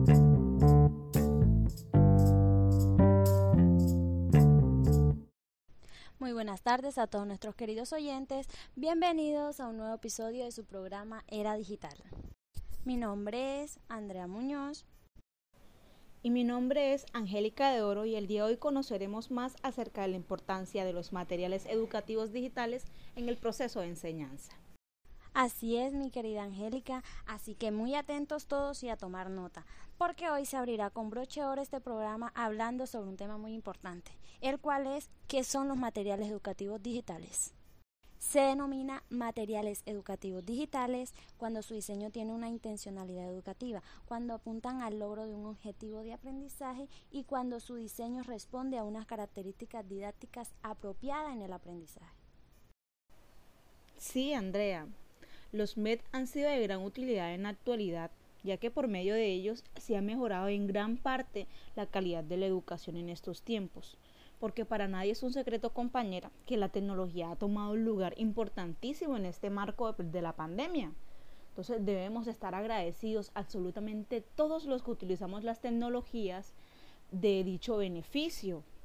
Muy buenas tardes a todos nuestros queridos oyentes, bienvenidos a un nuevo episodio de su programa Era Digital. Mi nombre es Andrea Muñoz. Y mi nombre es Angélica de Oro y el día de hoy conoceremos más acerca de la importancia de los materiales educativos digitales en el proceso de enseñanza. Así es, mi querida Angélica, así que muy atentos todos y a tomar nota, porque hoy se abrirá con broche de oro este programa hablando sobre un tema muy importante, el cual es ¿qué son los materiales educativos digitales? Se denomina materiales educativos digitales cuando su diseño tiene una intencionalidad educativa, cuando apuntan al logro de un objetivo de aprendizaje y cuando su diseño responde a unas características didácticas apropiadas en el aprendizaje. Sí, Andrea, los MED han sido de gran utilidad en la actualidad, ya que por medio de ellos se ha mejorado en gran parte la calidad de la educación en estos tiempos. Porque para nadie es un secreto, compañera, que la tecnología ha tomado un lugar importantísimo en este marco de la pandemia. Entonces debemos estar agradecidos absolutamente todos los que utilizamos las tecnologías de dicho beneficio,